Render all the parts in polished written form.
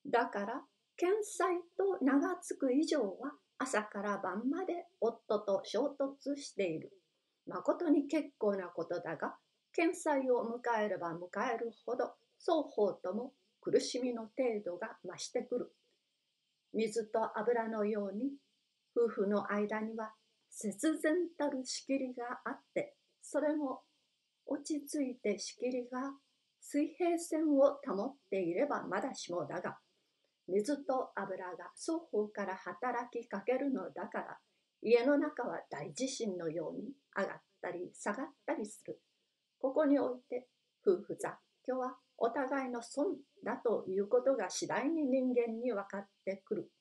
だから、見妻と名がつく以上は、朝から晩まで夫と衝突している。まことに結構なことだが、見妻を迎えれば迎えるほど、双方とも苦しみの程度が増してくる。水と油のように、夫婦の間には節然たる仕切りがあって、それも落ち着いて仕切りが水平線を保っていればまだしもだが、水と油が双方から働きかけるのだから、家の中は大地震のように上がったり下がったりする。ここにおいて夫婦雑居はお互いの損だということが次第に人間に分かってくる。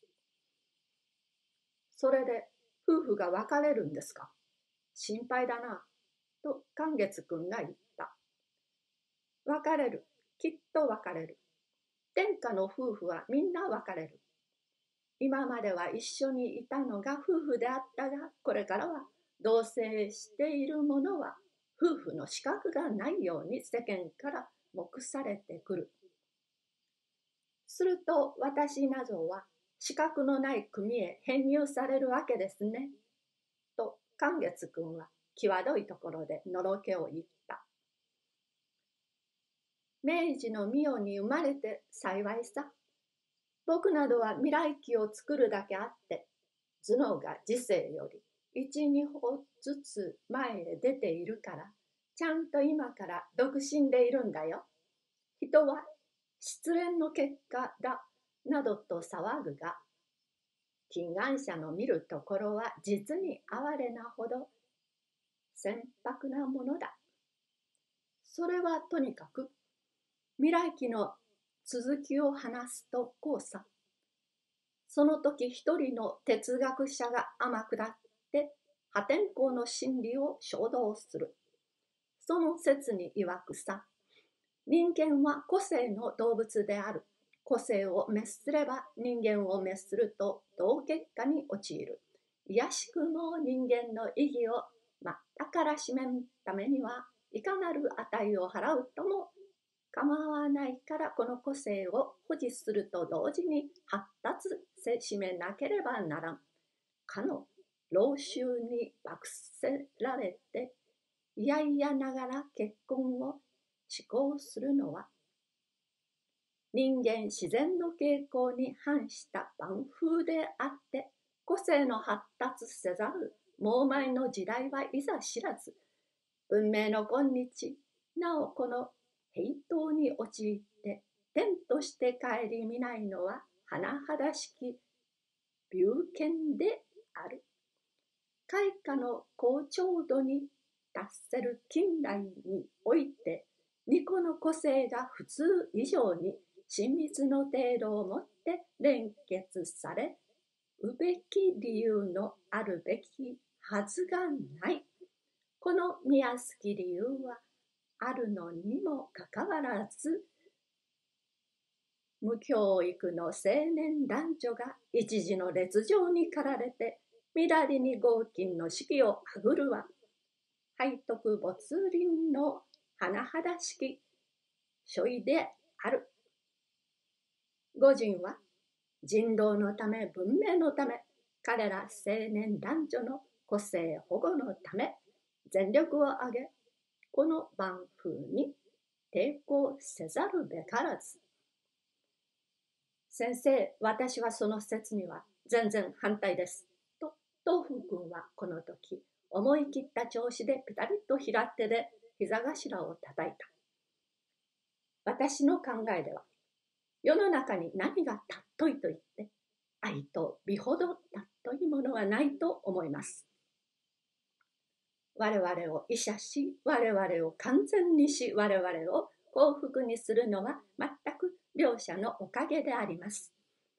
それで夫婦が別れるんですか。心配だな、と寛月君が言った。別れる、きっと別れる。天下の夫婦はみんな別れる。今までは一緒にいたのが夫婦であったが、これからは同棲している者は夫婦の資格がないように世間から目されてくる。すると私などは資格のない組へ編入されるわけですね。と寛月君は際どいところでのろけを言った。明治の御代に生まれて幸いさ。僕などは未来期を作るだけあって、頭脳が時世より1、2歩ずつ前へ出ているから、ちゃんと今から独身でいるんだよ。人は失恋の結果だ、などと騒ぐが、近眼者の見るところは実に哀れなほど船舶なものだ。それはとにかく、未来期の続きを話すとこうさ。その時一人の哲学者が天下って破天荒の真理を衝動する。その説に曰くさ、人間は個性の動物である。個性を滅すれば人間を滅すると同結果に陥る。いやしくも人間の意義を全からしめんためにはいかなる値を払うとも構わないからこの個性を保持すると同時に発達せしめなければならん。かの老衆に爆せられていやいやながら結婚を志向するのは人間自然の傾向に反した万風であって個性の発達せざる猛邁の時代はいざ知らず文明の今日なおこの平等に陥って天として顧みないのは甚だしき病犬である。開花の好調度に達せる近代において二個の個性が普通以上に親密の程度をもって連結されうべき理由のあるべきはずがない。この見やすき理由はあるのにもかかわらず無教育の青年男女が一時の烈情に駆られてみだりに合金の式をあぐるは背徳没輪の甚だしき所為である。御人は人道のため文明のため彼ら青年男女の個性保護のため全力を挙げこの万風に抵抗せざるべからず。先生、私はその説には全然反対です。と、東風君はこの時、思い切った調子でピタリと平手で膝頭を叩いた。私の考えでは、世の中に何が尊いと言って、愛と美ほど尊いものはないと思います。我々を医者し、我々を完全にし、我々を幸福にするのは全く両者のおかげであります。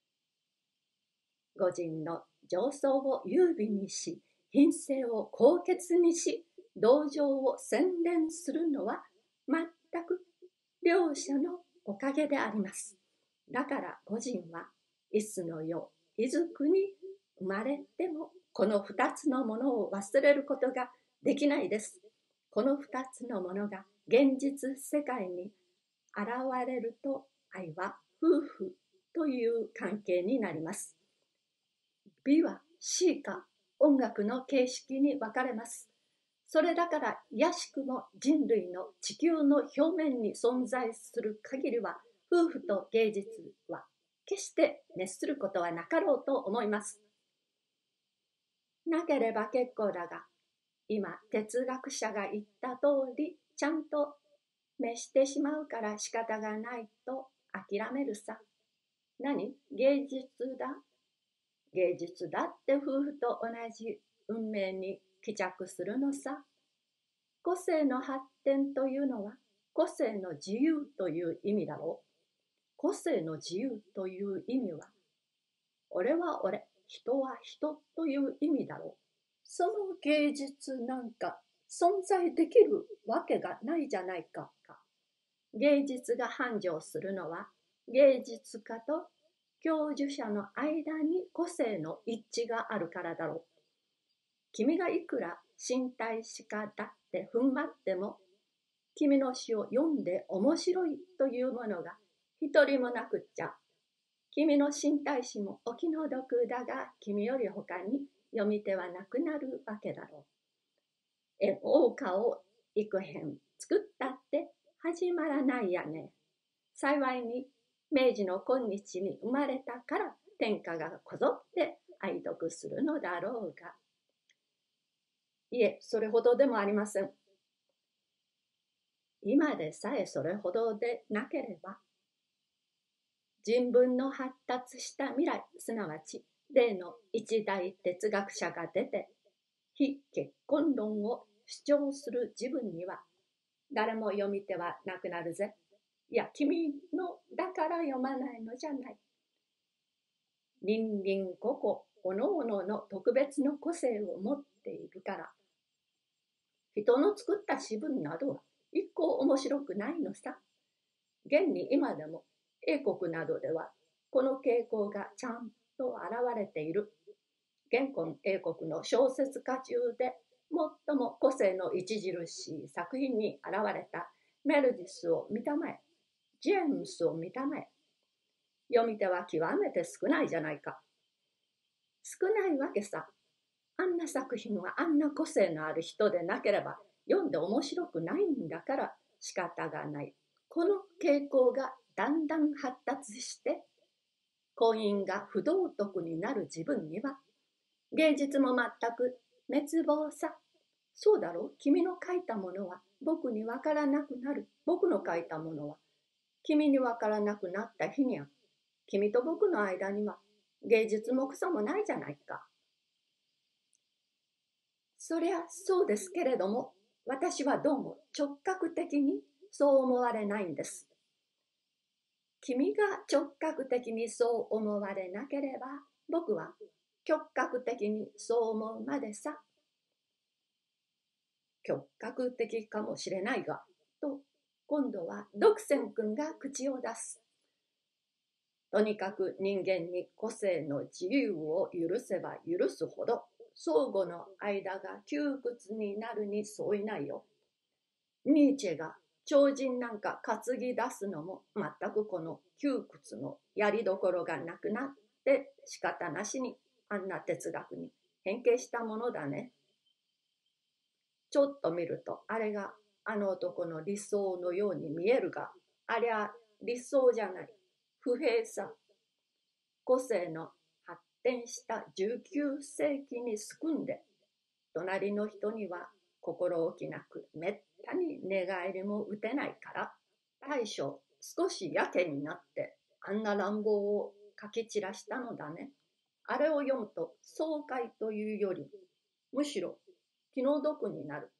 御人の上層を優美にし、品性を高潔にし、道場を洗練するのは全く両者のおかげであります。だから御人はいつの世、いずくに生まれてもこの二つのものを忘れることができないです。この二つのものが現実世界に現れると愛は夫婦という関係になります。美は詩か音楽の形式に分かれます。それだから卑しくも人類の地球の表面に存在する限りは、夫婦と芸術は決して熱することはなかろうと思います。なければ結構だが、今哲学者が言った通りちゃんと召してしまうから仕方がないと諦めるさ。何？芸術だ？芸術だって夫婦と同じ運命に帰着するのさ。個性の発展というのは個性の自由という意味だろう。個性の自由という意味は、俺は俺、人は人という意味だろう。その芸術なんか存在できるわけがないじゃないか。芸術が繁盛するのは芸術家と教授者の間に個性の一致があるからだろう。君がいくら身体史家だって踏ん張っても、君の詩を読んで面白いというものが一人もなくっちゃ。君の身体史もお気の毒だが、君より他に読み手はなくなるわけだろう。大花を幾辺作ったって始まらないやね。幸いに明治の今日に生まれたから天下がこぞって愛読するのだろうが。いえ、それほどでもありません。今でさえそれほどでなければ、人文の発達した未来、すなわち例の一大哲学者が出て、非結婚論を主張する自分には、誰も読み手はなくなるぜ。いや、君のだから読まないのじゃない。人間個々、おのおのの特別の個性を持っているから、人の作った詩文などは一向面白くないのさ。現に今でも英国などではこの傾向がちゃんと現れている。現今英国の小説家中で最も個性の著しい作品に現れたメルディスを見たまえ、ジェームスを見たまえ。読み手は極めて少ないじゃないか。少ないわけさ。あんな作品はあんな個性のある人でなければ読んで面白くないんだから仕方がない。この傾向がだんだん発達して婚姻が不道徳になる自分には芸術も全く滅亡さ。そうだろう。君の書いたものは僕にわからなくなる。僕の書いたものは君にわからなくなった日には、君と僕の間には芸術もクソもないじゃないか。そりゃそうですけれども、私はどうも直角的にそう思われないんです。君が直角的にそう思われなければ、僕は極角的にそう思うまでさ。極角的かもしれないが、と今度はドクセン君が口を出す。とにかく人間に個性の自由を許せば許すほど、相互の間が窮屈になるに相違ないよ。ニーチェが超人なんか担ぎ出すのも全くこの窮屈のやりどころがなくなって仕方なしにあんな哲学に変形したものだね。ちょっと見るとあれがあの男の理想のように見えるが、ありゃ理想じゃない。不平さ。個性の発展した19世紀にすくんで、隣の人には心置きなくめったに寝返りも打てないから、大将少しやけになってあんな乱暴を書き散らしたのだね。あれを読むと爽快というよりむしろ気の毒になる。